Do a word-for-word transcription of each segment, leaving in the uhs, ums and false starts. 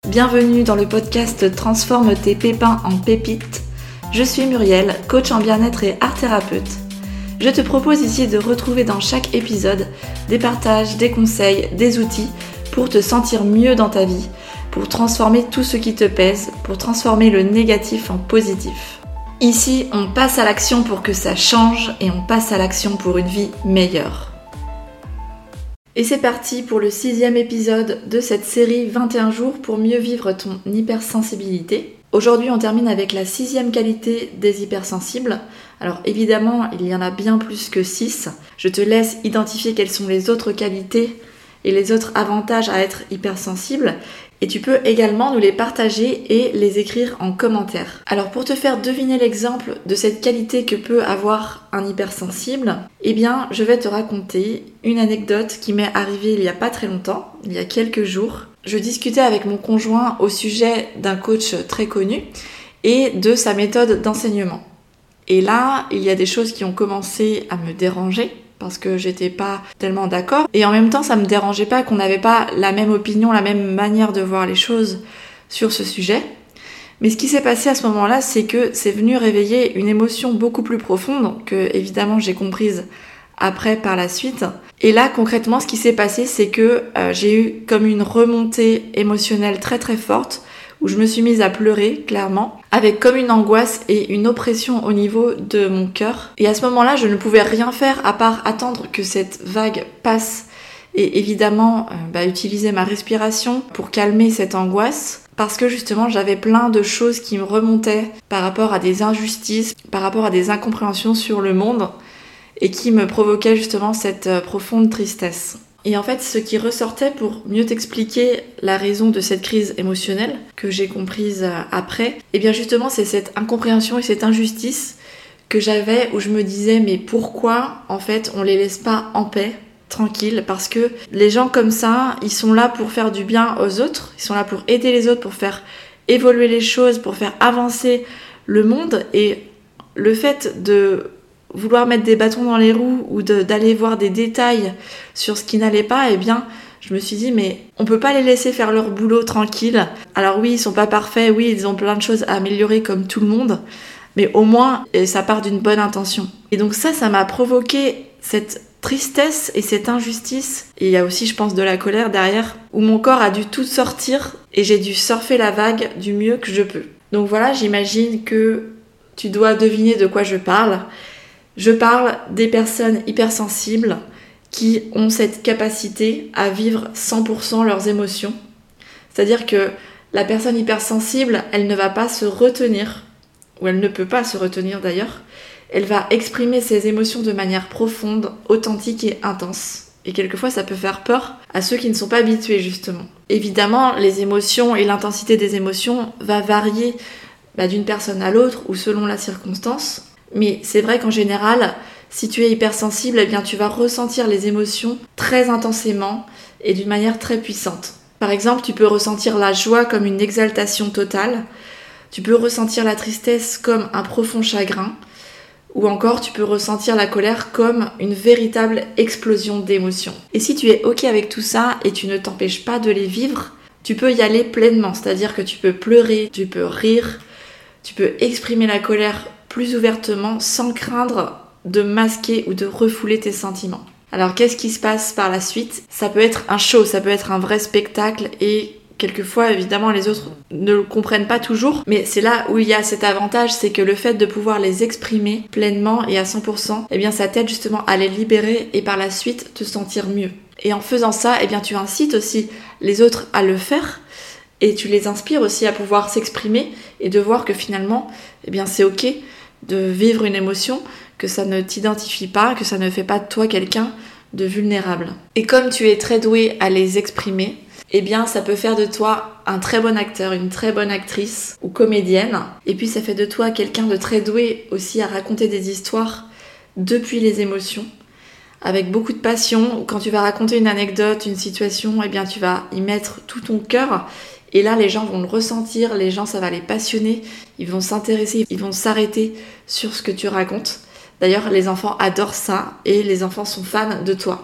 bienvenue dans le podcast Transforme tes pépins en pépites. Je suis Muriel, coach en bien-être et art thérapeute. Je te propose ici de retrouver dans chaque épisode des partages, des conseils, des outils pour te sentir mieux dans ta vie, pour transformer tout ce qui te pèse, pour transformer le négatif en positif. Ici, on passe à l'action pour que ça change et on passe à l'action pour une vie meilleure. Et c'est parti pour le sixième épisode de cette série vingt et un jours pour mieux vivre ton hypersensibilité. Aujourd'hui, on termine avec la sixième qualité des hypersensibles. Alors évidemment, il y en a bien plus que six. Je te laisse identifier quelles sont les autres qualités et les autres avantages à être hypersensible. Et tu peux également nous les partager et les écrire en commentaire. Alors pour te faire deviner l'exemple de cette qualité que peut avoir un hypersensible, eh bien je vais te raconter une anecdote qui m'est arrivée il y a pas très longtemps, il y a quelques jours. Je discutais avec mon conjoint au sujet d'un coach très connu et de sa méthode d'enseignement. Et là, il y a des choses qui ont commencé à me déranger, parce que j'étais pas tellement d'accord. Et en même temps, ça me dérangeait pas qu'on n'avait pas la même opinion, la même manière de voir les choses sur ce sujet. Mais ce qui s'est passé à ce moment-là, c'est que c'est venu réveiller une émotion beaucoup plus profonde, que évidemment j'ai comprise après par la suite. Et là, concrètement, ce qui s'est passé, c'est que euh, j'ai eu comme une remontée émotionnelle très très forte, où je me suis mise à pleurer, clairement, avec comme une angoisse et une oppression au niveau de mon cœur. Et à ce moment-là, je ne pouvais rien faire à part attendre que cette vague passe et évidemment euh, bah, utiliser ma respiration pour calmer cette angoisse. Parce que justement, j'avais plein de choses qui me remontaient par rapport à des injustices, par rapport à des incompréhensions sur le monde et qui me provoquaient justement cette euh, profonde tristesse. Et en fait, ce qui ressortait pour mieux t'expliquer la raison de cette crise émotionnelle que j'ai comprise après, et bien justement, c'est cette incompréhension et cette injustice que j'avais où je me disais mais pourquoi en fait on les laisse pas en paix, tranquilles, parce que les gens comme ça, ils sont là pour faire du bien aux autres, ils sont là pour aider les autres, pour faire évoluer les choses, pour faire avancer le monde, et le fait de vouloir mettre des bâtons dans les roues ou de, d'aller voir des détails sur ce qui n'allait pas, eh bien, je me suis dit, mais on peut pas les laisser faire leur boulot tranquille. Alors oui, ils sont pas parfaits, oui, ils ont plein de choses à améliorer comme tout le monde, mais au moins, ça part d'une bonne intention. Et donc ça, ça m'a provoqué cette tristesse et cette injustice. Et il y a aussi, je pense, de la colère derrière, où mon corps a dû tout sortir et j'ai dû surfer la vague du mieux que je peux. Donc voilà, j'imagine que tu dois deviner de quoi je parle. Je parle des personnes hypersensibles qui ont cette capacité à vivre cent pour cent leurs émotions. C'est-à-dire que la personne hypersensible, elle ne va pas se retenir, ou elle ne peut pas se retenir d'ailleurs, elle va exprimer ses émotions de manière profonde, authentique et intense. Et quelquefois, ça peut faire peur à ceux qui ne sont pas habitués justement. Évidemment, les émotions et l'intensité des émotions va varier bah, d'une personne à l'autre ou selon la circonstance. Mais c'est vrai qu'en général, si tu es hypersensible, eh bien tu vas ressentir les émotions très intensément et d'une manière très puissante. Par exemple, tu peux ressentir la joie comme une exaltation totale, tu peux ressentir la tristesse comme un profond chagrin, ou encore tu peux ressentir la colère comme une véritable explosion d'émotions. Et si tu es ok avec tout ça et tu ne t'empêches pas de les vivre, tu peux y aller pleinement, c'est-à-dire que tu peux pleurer, tu peux rire, tu peux exprimer la colère plus ouvertement, sans craindre de masquer ou de refouler tes sentiments. Alors qu'est-ce qui se passe par la suite ? Ça peut être un show, ça peut être un vrai spectacle et quelquefois évidemment les autres ne le comprennent pas toujours, mais c'est là où il y a cet avantage, c'est que le fait de pouvoir les exprimer pleinement et à cent pour cent, eh bien ça t'aide justement à les libérer et par la suite te sentir mieux. Et en faisant ça, eh bien tu incites aussi les autres à le faire. Et tu les inspires aussi à pouvoir s'exprimer et de voir que finalement, eh bien c'est ok de vivre une émotion, que ça ne t'identifie pas, que ça ne fait pas de toi quelqu'un de vulnérable. Et comme tu es très doué à les exprimer, eh bien ça peut faire de toi un très bon acteur, une très bonne actrice ou comédienne. Et puis ça fait de toi quelqu'un de très doué aussi à raconter des histoires depuis les émotions, avec beaucoup de passion. Quand tu vas raconter une anecdote, une situation, eh bien tu vas y mettre tout ton cœur. Et là, les gens vont le ressentir, les gens, ça va les passionner, ils vont s'intéresser, ils vont s'arrêter sur ce que tu racontes. D'ailleurs, les enfants adorent ça et les enfants sont fans de toi.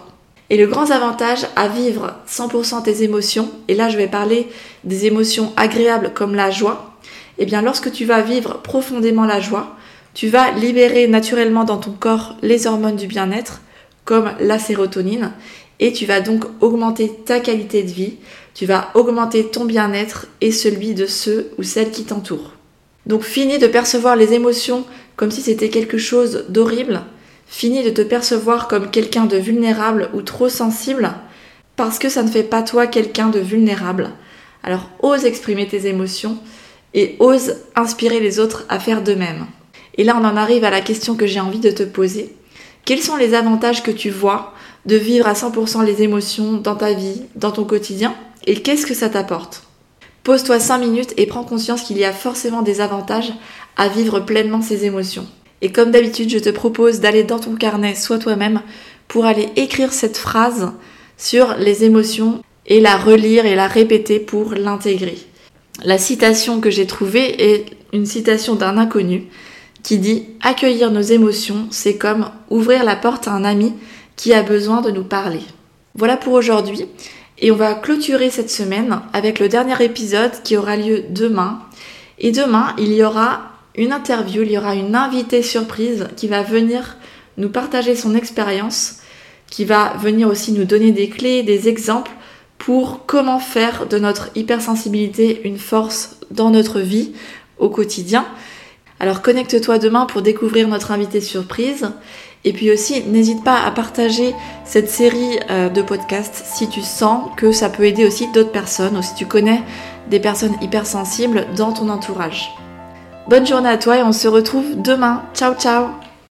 Et le grand avantage à vivre cent pour cent tes émotions, et là je vais parler des émotions agréables comme la joie, et bien lorsque tu vas vivre profondément la joie, tu vas libérer naturellement dans ton corps les hormones du bien-être, comme la sérotonine, et tu vas donc augmenter ta qualité de vie, tu vas augmenter ton bien-être et celui de ceux ou celles qui t'entourent. Donc finis de percevoir les émotions comme si c'était quelque chose d'horrible, finis de te percevoir comme quelqu'un de vulnérable ou trop sensible, parce que ça ne fait pas toi quelqu'un de vulnérable. Alors ose exprimer tes émotions et ose inspirer les autres à faire de même. Et là on en arrive à la question que j'ai envie de te poser. Quels sont les avantages que tu vois de vivre à cent pour cent les émotions dans ta vie, dans ton quotidien, et qu'est-ce que ça t'apporte ? Pose-toi cinq minutes et prends conscience qu'il y a forcément des avantages à vivre pleinement ces émotions. Et comme d'habitude, je te propose d'aller dans ton carnet, sois toi-même, pour aller écrire cette phrase sur les émotions et la relire et la répéter pour l'intégrer. La citation que j'ai trouvée est une citation d'un inconnu qui dit « Accueillir nos émotions, c'est comme ouvrir la porte à un ami qui a besoin de nous parler. » Voilà pour aujourd'hui. Et on va clôturer cette semaine avec le dernier épisode qui aura lieu demain. Et demain, il y aura une interview, il y aura une invitée surprise qui va venir nous partager son expérience, qui va venir aussi nous donner des clés, des exemples pour comment faire de notre hypersensibilité une force dans notre vie au quotidien. Alors connecte-toi demain pour découvrir notre invitée surprise. Et puis aussi, n'hésite pas à partager cette série de podcasts si tu sens que ça peut aider aussi d'autres personnes ou si tu connais des personnes hypersensibles dans ton entourage. Bonne journée à toi et on se retrouve demain. Ciao ciao!